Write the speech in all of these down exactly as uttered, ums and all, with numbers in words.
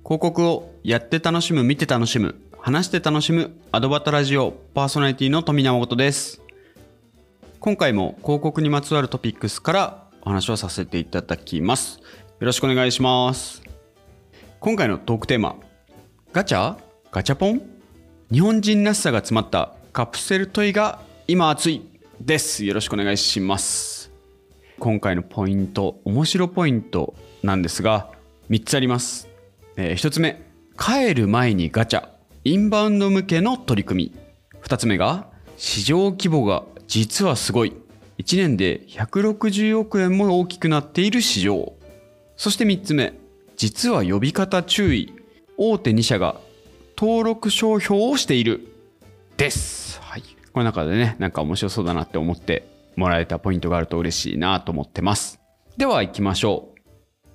広告をやって楽しむ、見て楽しむ、話して楽しむアドバタラジオパーソナリティの富永誠です。今回も広告にまつわるトピックスからお話をさせていただきます。よろしくお願いします。今回のトークテーマ、ガチャ？ガチャポン？日本人らしさが詰まったカプセルトイが今熱いです。よろしくお願いします。今回のポイント、面白ポイントなんですがみっつあります。えー、ひとつめ、帰る前にガチャ、インバウンド向けの取り組み。ふたつめが、市場規模が実はすごい、いちねんでひゃくろくじゅうおくえんも大きくなっている市場。そしてみっつめ、実は呼び方注意、大手にしゃが登録商標をしているです。はい、この中でね、なんか面白そうだなって思ってもらえたポイントがあると嬉しいなと思ってます。では行きましょう。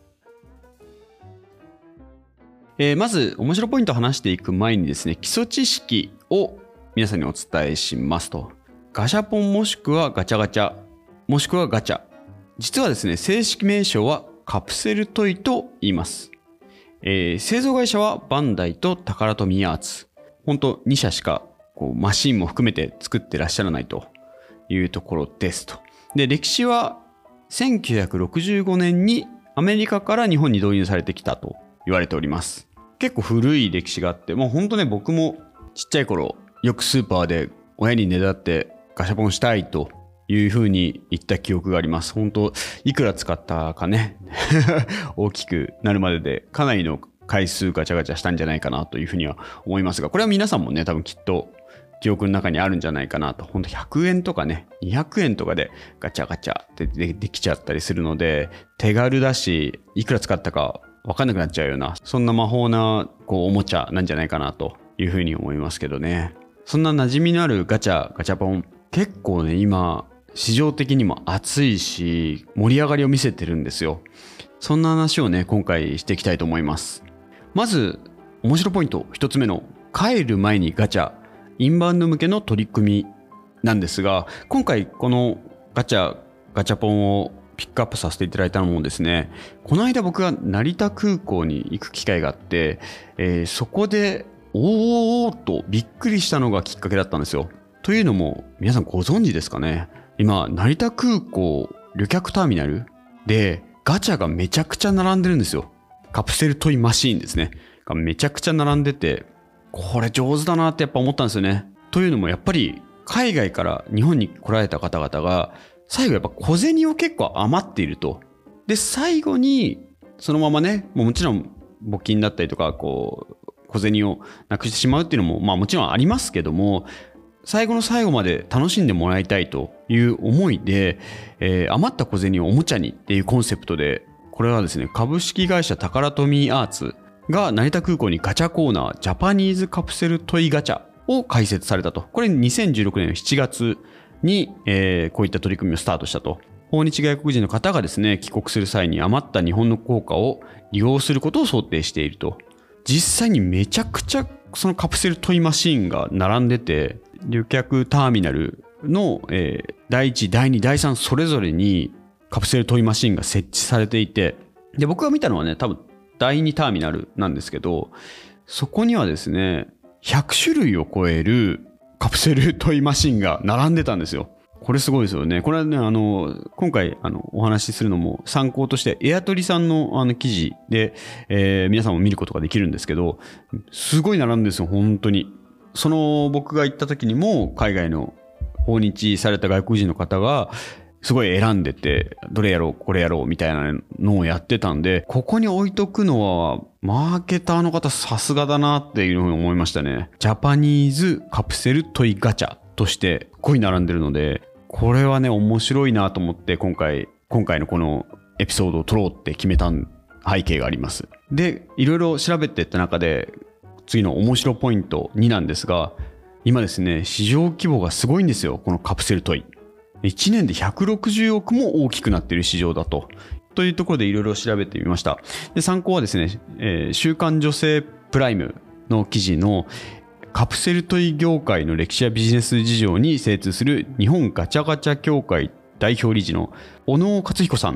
えー、まず面白ポイントを話していく前にですね、基礎知識を皆さんにお伝えしますと、ガシャポンもしくはガチャガチャもしくはガチャ、実はですね、正式名称はカプセルトイと言います。えー、製造会社はバンダイとタカラトミーアーツ、本当にしゃしかこうマシンも含めて作ってらっしゃらないというところですと。で、歴史はせんきゅうひゃくろくじゅうごねんにアメリカから日本に導入されてきたと言われております。結構古い歴史があって、もう本当ね、僕もちっちゃい頃よくスーパーで親にねだってガシャポンしたいというふうに言った記憶があります。本当いくら使ったかね大きくなるまででかなりの回数ガチャガチャしたんじゃないかなというふうには思いますが、これは皆さんもね、多分きっと記憶の中にあるんじゃないかなと。本当ひゃくえんとかね、にひゃくえんとかでガチャガチャってでできちゃったりするので、手軽だし、いくら使ったか分かんなくなっちゃうような、そんな魔法なこうおもちゃなんじゃないかなというふうに思いますけどね。そんな馴染みのあるガチャガチャポン、結構ね、今市場的にも熱いし盛り上がりを見せてるんですよ。そんな話をね、今回していきたいと思います。まず面白ポイントひとつめの、帰る前にガチャ、インバウンド向けの取り組みなんですが、今回このガチャガチャポンをピックアップさせていただいたのもですね、この間僕が成田空港に行く機会があって、えー、そこでおーおーとびっくりしたのがきっかけだったんですよ。というのも、皆さんご存知ですかね、今成田空港旅客ターミナルでガチャがめちゃくちゃ並んでるんですよ。カプセルトイマシーンですねがめちゃくちゃ並んでて、これ上手だなってやっぱ思ったんですよね。というのもやっぱり海外から日本に来られた方々が最後やっぱ小銭を結構余っていると。で、最後にそのままね、もうもちろん募金だったりとか、こう小銭をなくしてしまうっていうのもまあもちろんありますけども、最後の最後まで楽しんでもらいたいという思いで、えー、余った小銭をおもちゃにっていうコンセプトで、これはですね、株式会社タカラトミーアーツが成田空港にガチャコーナー、ジャパニーズカプセルトイガチャを開設されたと。これにせんじゅうろくねんのしちがつに、えー、こういった取り組みをスタートしたと。訪日外国人の方がですね、帰国する際に余った日本の硬貨を利用することを想定していると。実際にめちゃくちゃそのカプセルトイマシーンが並んでて、旅客ターミナルの、えー、だいいち、だいに、だいさんそれぞれにカプセルトイマシーンが設置されていて、で、僕が見たのはね、多分だいにターミナルなんですけど、そこにはですね、ひゃくしゅるいを超えるカプセルトイマシンが並んでたんですよ。これすごいですよね。これはね、あの今回あのお話しするのも参考としてエアトリさんのあの記事で、えー、皆さんも見ることができるんですけど、すごい並んでるんですよ、本当に。その僕が行った時にも海外の訪日された外国人の方がすごい選んでて、どれやろうこれやろうみたいなのをやってたんで、ここに置いとくのはマーケターの方さすがだなっていうふうに思いましたね。ジャパニーズカプセルトイガチャとしてすごい並んでるので、これはね面白いなと思って今回今回のこのエピソードを撮ろうって決めた背景があります。で、いろいろ調べていった中で次の面白ポイントになんですが、今ですね、市場規模がすごいんですよ、このカプセルトイ。いちねんでひゃくろくじゅうおくも大きくなっている市場だと。というところでいろいろ調べてみました。で、参考はですね、えー、週刊女性プライムの記事のカプセルトイ業界の歴史やビジネス事情に精通する日本ガチャガチャ協会代表理事の小野勝彦さん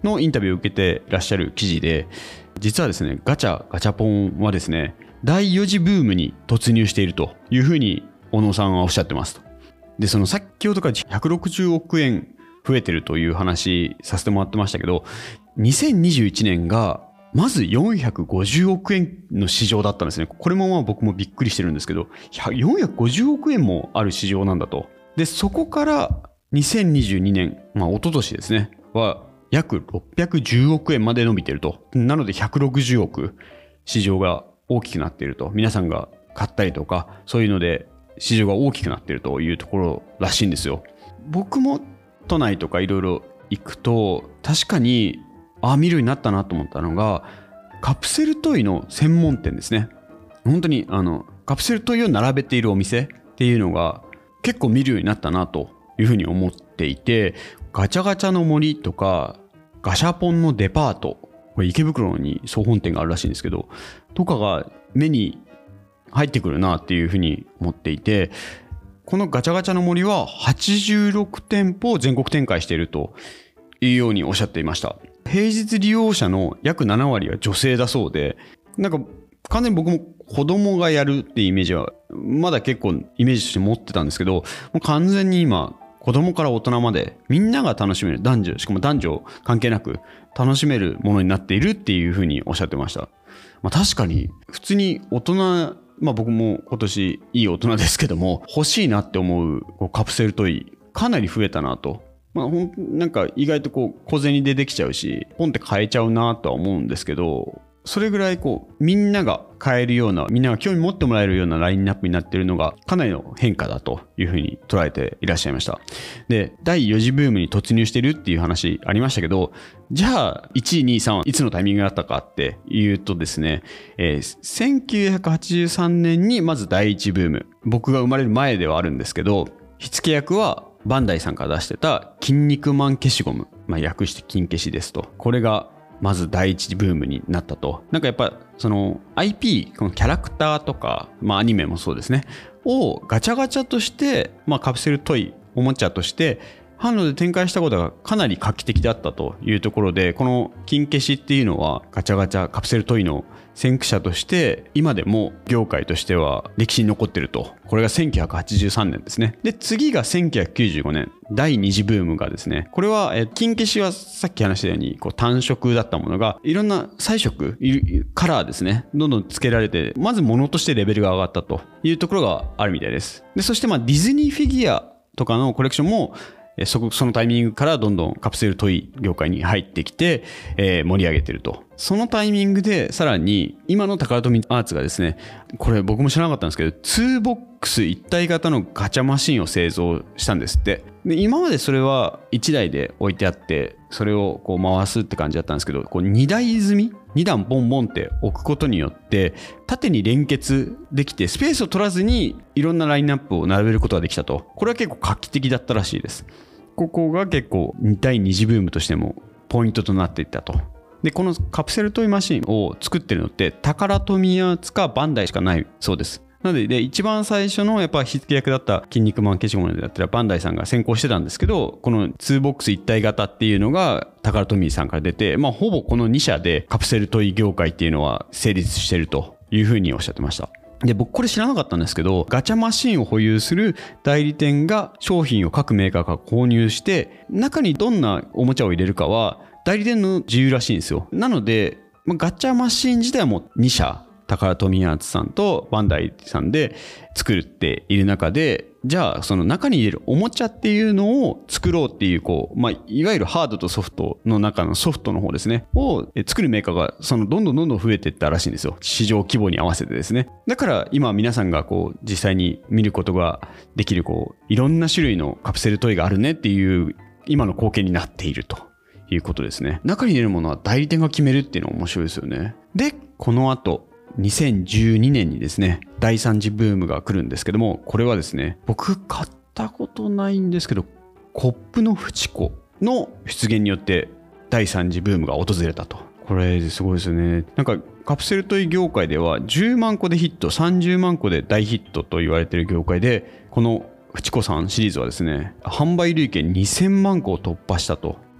のインタビューを受けていらっしゃる記事で、実はですねガチャガチャポンはですねだいよ次ブームに突入しているというふうに小野さんはおっしゃってますと。でその先ほどからひゃくろくじゅうおくえん増えてるという話させてもらってましたけど、にせんにじゅういちねんがまずよんひゃくごじゅうおくえんの市場だったんですね。これもまあ僕もびっくりしてるんですけど、よんひゃくごじゅうおくえんもある市場なんだと。でそこからにせんにじゅうにねん、まあ一昨年ですねは約ろっぴゃくじゅうおくえんまで伸びていると。なのでひゃくろくじゅうおく市場が大きくなっていると。皆さんが買ったりとかそういうので市場が大きくなっているというところらしいんですよ。僕も都内とかいろいろ行くと確かにあ見るようになったなと思ったのが、カプセルトイの専門店ですね。本当にあのカプセルトイを並べているお店っていうのが結構見るようになったなというふうに思っていて、ガチャガチャの森とかガシャポンのデパート、これ池袋に総本店があるらしいんですけどとかが目に入ってくるなっていうふうに思っていて、このガチャガチャの森ははちじゅうろくてんぽを全国展開しているというようにおっしゃっていました。平日利用者の約ななわりは女性だそうで、なんか完全に僕も子供がやるっていうイメージはまだ結構イメージとして持ってたんですけど、もう完全に今子供から大人までみんなが楽しめる、男女しかも男女関係なく楽しめるものになっているっていうふうにおっしゃってました。まあ、確かに普通に大人、まあ僕も今年いい大人ですけども欲しいなって思うこうカプセルトイかなり増えたなと。まあ、ほんなんか意外とこう小銭でできちゃうしポンって買えちゃうなとは思うんですけど、それぐらいこうみんなが買えるような、みんなが興味持ってもらえるようなラインナップになっているのがかなりの変化だというふうに捉えていらっしゃいました。でだいよ次ブームに突入してるっていう話ありましたけど、じゃあいちいにいさんはいつのタイミングだったかっていうとですね、えー、せんきゅうひゃくはちじゅうさんねんにまずだいいちブーム、僕が生まれる前ではあるんですけど、火付け役はバンダイさんから出してた筋肉マン消しゴム、まあ、略して金消しですと。これがまず第一ブームになったと。なんかやっぱその アイピー、このキャラクターとか、まあアニメもそうですねをガチャガチャとして、まあカプセルトイおもちゃとして販路で展開したことがかなり画期的だったというところで、この金消しっていうのはガチャガチャカプセルトイの先駆者として今でも業界としては歴史に残ってると。これがせんきゅうひゃくはちじゅうさんねんですね。で次がせんきゅうひゃくきゅうじゅうごねんだいに次ブームがですね、これはえ金消しはさっき話したようにこう単色だったものがいろんな彩色カラーですねどんどんつけられて、まず物としてレベルが上がったというところがあるみたいです。でそしてまあディズニーフィギュアとかのコレクションもそ, そのタイミングからどんどんカプセルトイ業界に入ってきて、えー、盛り上げてると。そのタイミングでさらに今のタカラトミアーツがですね、これ僕も知らなかったんですけどにボックス一体型のガチャマシンを製造したんですって。で今までそれはいちだいで置いてあってそれをこう回すって感じだったんですけど、こうにだい積みにだんボンボンって置くことによって縦に連結できてスペースを取らずにいろんなラインナップを並べることができたと。これは結構画期的だったらしいです。ここが結構だいに次ブームとしてもポイントとなっていったと。でこのカプセルトイマシンを作ってるのってタカラトミアーツかバンダイしかないそうです。なので、で一番最初のやっぱ火付け役だった筋肉マン消しゴムだったらバンダイさんが先行してたんですけど、このにボックス一体型っていうのがタカラトミーさんから出て、まあほぼこのに社でカプセルトイ業界っていうのは成立してるというふうにおっしゃってました。で僕これ知らなかったんですけど、ガチャマシンを保有する代理店が商品を各メーカーから購入して中にどんなおもちゃを入れるかは代理店の自由らしいんですよ。なのでガチャマシン自体はもうに社タカラトミアーツさんとバンダイさんで作っている中で、じゃあその中に入れるおもちゃっていうのを作ろうっていうこう、まあ、いわゆるハードとソフトの中のソフトの方ですねを作るメーカーがそのどんどんどんどん増えていったらしいんですよ、市場規模に合わせてですね。だから今皆さんがこう実際に見ることができるこういろんな種類のカプセルトイがあるねっていう今の光景になっているということですね。中に入れるものは代理店が決めるっていうのは面白いですよね。でこの後にせんじゅうにねんにですねだいさん次ブームが来るんですけども、これはですね僕買ったことないんですけどコップのフチ子の出現によってだいさん次ブームが訪れたと。これすごいですよね。なんかカプセルトイ業界ではじゅうまんこでヒットさんじゅうまんこで大ヒットと言われている業界で、このフチ子さんシリーズはですね販売累計にせんまんこを突破したと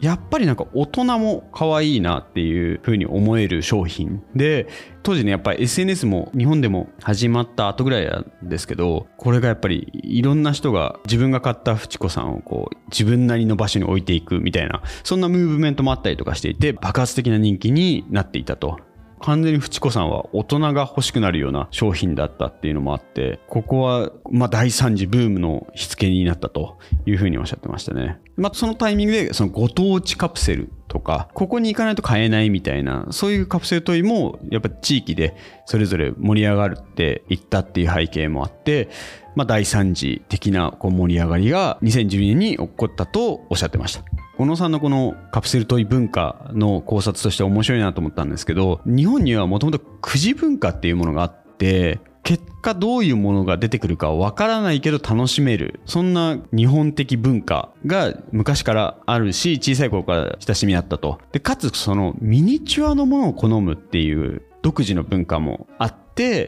やっぱりなんか大人も可愛いなっていう風に思える商品で、当時ねやっぱり エスエヌエス も日本でも始まった後ぐらいなんですけど、これがやっぱりいろんな人が自分が買ったフチ子さんをこう自分なりの場所に置いていくみたいな、そんなムーブメントもあったりとかしていて、爆発的な人気になっていたと。完全にフチ子さんは大人が欲しくなるような商品だったっていうのもあって、ここはまあ第三次ブームの火付けになったというふうにおっしゃってましたね。まあそのタイミングでそのご当地カプセルとか、ここに行かないと買えないみたいな、そういうカプセルトイもやっぱ地域でそれぞれ盛り上がっていったっていう背景もあって、まあ第三次的なこう盛り上がりがにせんじゅうにねんに起こったとおっしゃってました。小野さんのこのカプセルトイ文化の考察として面白いなと思ったんですけど、日本にはもともとくじ文化っていうものがあって、結果どういうものが出てくるかわからないけど楽しめる、そんな日本的文化が昔からあるし、小さい頃から親しみあったと。でかつそのミニチュアのものを好むっていう独自の文化もあって、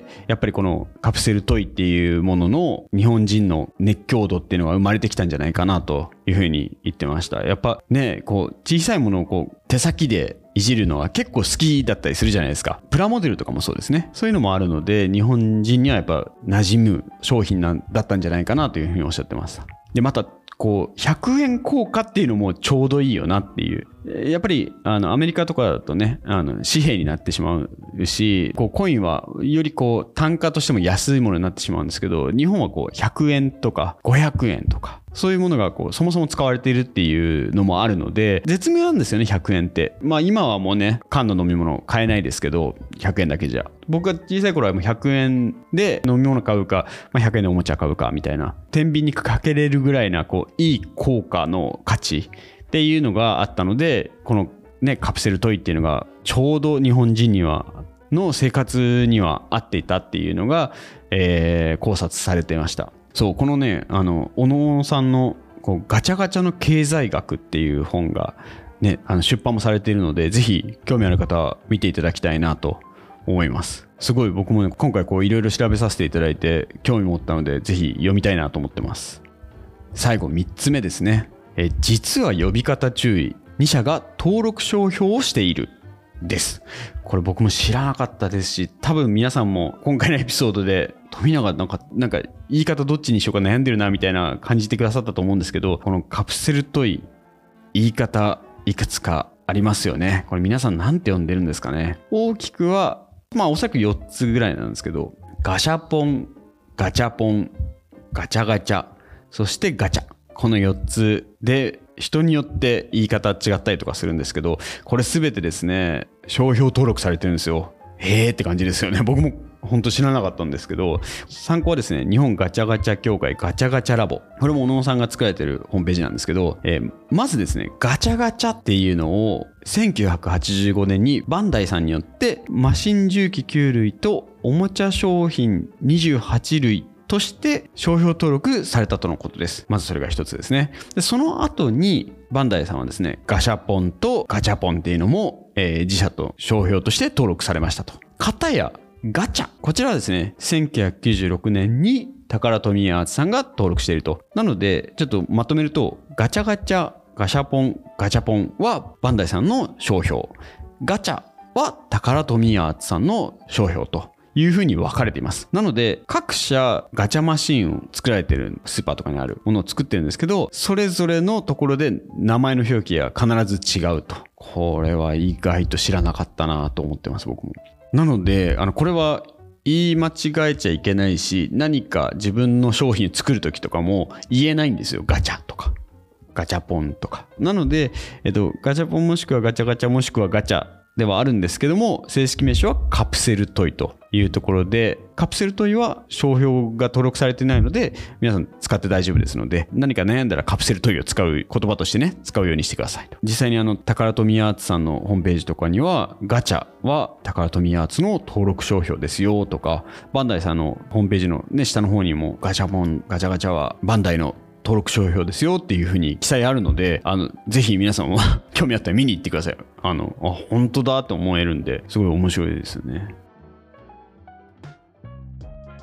やっぱりこのカプセルトイっていうものの日本人の熱狂度っていうのが生まれてきたんじゃないかなというふうに言ってました。やっぱね、こう小さいものをこう手先でいじるのは結構好きだったりするじゃないですか。プラモデルとかもそうですね。そういうのもあるので、日本人にはやっぱ馴染む商品なんだったんじゃないかなというふうにおっしゃってました。でまたこうひゃくえん硬貨っていうのもちょうどいいよなっていう。やっぱりあのアメリカとかだとね、あの紙幣になってしまうし、こうコインはよりこう単価としても安いものになってしまうんですけど、日本はこうひゃくえんとかごひゃくえんとかそういうものがこうそもそも使われているっていうのもあるので、絶妙なんですよね、ひゃくえんって。まあ今はもうね、缶の飲み物買えないですけど、ひゃくえんだけじゃ。僕が小さい頃はもうひゃくえんで飲み物買うか、まあ、ひゃくえんでおもちゃ買うかみたいな、天秤にかけれるぐらいなこういい効果の価値っていうのがあったので、このねカプセルトイっていうのがちょうど日本人にはの生活には合っていたっていうのが、えー、考察されていました。そうこのね、あの小野さんのこうガチャガチャの経済学っていう本がね、あの出版もされているので、ぜひ興味ある方は見ていただきたいなと思います。すごい僕も、ね、今回こういろいろ調べさせていただいて興味持ったので、ぜひ読みたいなと思ってます。最後みっつめですね。え実は呼び方注意、に社が登録商標をしているです。これ僕も知らなかったですし、多分皆さんも今回のエピソードで富永なんかなんか言い方どっちにしようか悩んでるなみたいな感じてくださったと思うんですけど、このカプセルトイ言い方いくつかありますよね。これ皆さんなんて呼んでるんですかね。大きくはまあおそらくよっつぐらいなんですけど、ガシャポン、ガチャポン、ガチャガチャ、そしてガチャ、このよっつで人によって言い方違ったりとかするんですけど、これ全てですね商標登録されてるんですよ。へーって感じですよね。僕も本当知らなかったんですけど、参考はですね、日本ガチャガチャ協会ガチャガチャラボ、これも小野さんが作られてるホームページなんですけど、えー、まずですねガチャガチャっていうのをせんきゅうひゃくはちじゅうごねんにバンダイさんによってマシン重機きゅう類とおもちゃ商品にじゅうはち類として商標登録されたとのことです。まずそれが一つですね。でその後にバンダイさんはですね、ガシャポンとガチャポンっていうのも、えー、自社と商標として登録されましたと。片やガチャ、こちらはですねせんきゅうひゃくきゅうじゅうろくねんにタカラトミーアーツさんが登録していると。なのでちょっとまとめると、ガチャガチャ、ガシャポン、ガチャポンはバンダイさんの商標、ガチャはタカラトミーアーツさんの商標というふうに分かれています。なので各社ガチャマシンを作られてるスーパーとかにあるものを作ってるんですけど、それぞれのところで名前の表記が必ず違うと。これは意外と知らなかったなと思ってます、僕も。なのであのこれは言い間違えちゃいけないし、何か自分の商品を作る時とかも言えないんですよ。ガチャとかガチャポンとか。なので、えっと、ガチャポンもしくはガチャガチャもしくはガチャではあるんですけども、正式名称はカプセルトイというところで、カプセルトイは商標が登録されていないので皆さん使って大丈夫ですので、何か悩んだらカプセルトイを使う言葉としてね使うようにしてくださいと。実際にあのタカラトミーアーツさんのホームページとかには、ガチャはタカラトミーアーツの登録商標ですよとか、バンダイさんのホームページのね下の方にもガチャポンガチャガチャはバンダイの登録商標ですよっていう風に記載あるので、あのぜひ皆さんも興味あったら見に行ってください。あのあ本当だと思えるんで、すごい面白いですよね。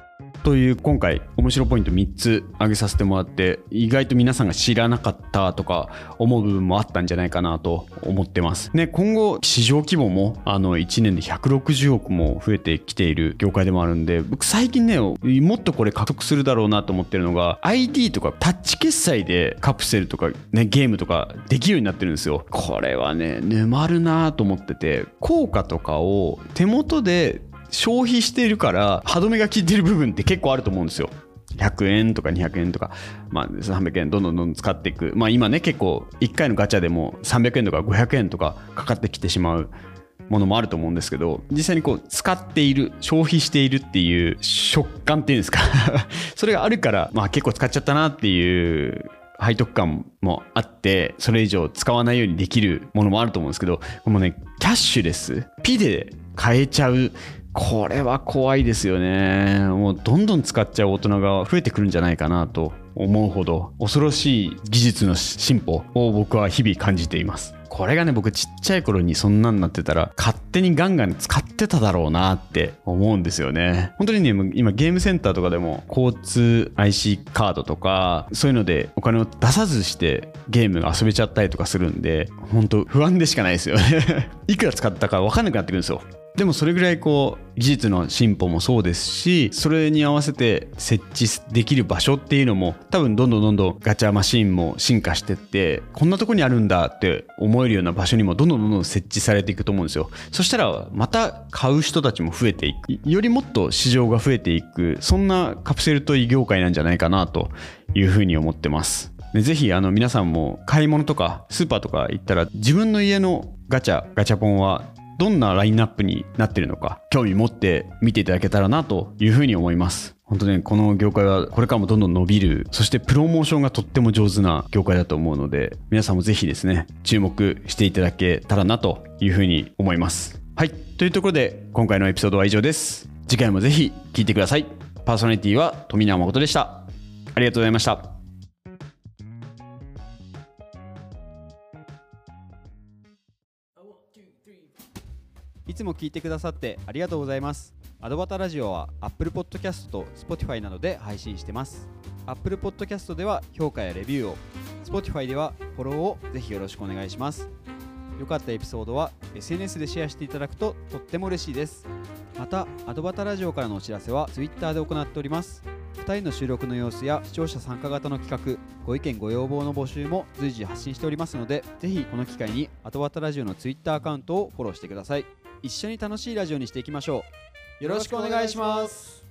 という今回面白ポイントみっつ挙げさせてもらって、意外と皆さんが知らなかったとか思う部分もあったんじゃないかなと思ってますね。今後市場規模もあのいちねんでひゃくろくじゅうおくも増えてきている業界でもあるんで、僕最近ねもっとこれ加速するだろうなと思ってるのが アイディー とかタッチ決済でカプセルとかねゲームとかできるようになってるんですよ。これはね沼るなと思ってて、効果とかを手元で消費しているから歯止めが効いてる部分って結構あると思うんですよ。ひゃくえんとかにひゃくえんとか、まあ、さんびゃくえんどんどんどんどん使っていく、まあ、今ね結構いっかいのガチャでもさんびゃくえんとかごひゃくえんとかかかってきてしまうものもあると思うんですけど、実際にこう使っている消費しているっていう食感っていうんですかそれがあるから、まあ、結構使っちゃったなっていう背徳感もあって、それ以上使わないようにできるものもあると思うんですけど、もうねキャッシュレスピで買えちゃう、これは怖いですよね。もうどんどん使っちゃう大人が増えてくるんじゃないかなと思うほど恐ろしい技術の進歩を僕は日々感じています。これがね僕ちっちゃい頃にそんなんなってたら勝手にガンガン使ってただろうなって思うんですよね。本当にね今ゲームセンターとかでも交通 アイシー カードとかそういうのでお金を出さずしてゲームが遊べちゃったりとかするんで、本当不安でしかないですよねいくら使ったか分かんなくなってくるんですよ。でもそれぐらいこう技術の進歩もそうですし、それに合わせて設置できる場所っていうのも多分どんどんどんどんガチャマシンも進化してって、こんなとこにあるんだって思えるような場所にもどんどんどんどん設置されていくと思うんですよ。そしたらまた買う人たちも増えていく、よりもっと市場が増えていく、そんなカプセルトイ業界なんじゃないかなというふうに思ってます。でぜひあの皆さんも買い物とかスーパーとか行ったら自分の家のガチャガチャポンはどんなラインナップになってるのか興味持って見ていただけたらなというふうに思います。本当にこの業界はこれからもどんどん伸びる、そしてプロモーションがとっても上手な業界だと思うので、皆さんもぜひですね注目していただけたらなというふうに思います。はい、というところで今回のエピソードは以上です。次回もぜひ聞いてください。パーソナリティは富永誠でした。ありがとうございました。 いつも聞いてくださってありがとうございます。アドバタラジオは Apple Podcast と Spotify などで配信してます。Apple Podcast では評価やレビューを、Spotify ではフォローをぜひよろしくお願いします。良かったエピソードは エスエヌエス でシェアしていただくととっても嬉しいです。また、アドバタラジオからのお知らせは Twitter で行っております。ふたりの収録の様子や視聴者参加型の企画、ご意見ご要望の募集も随時発信しておりますので、ぜひこの機会にアドバタラジオの Twitter アカウントをフォローしてください。一緒に楽しいラジオにしていきましょう。よろしくお願いします。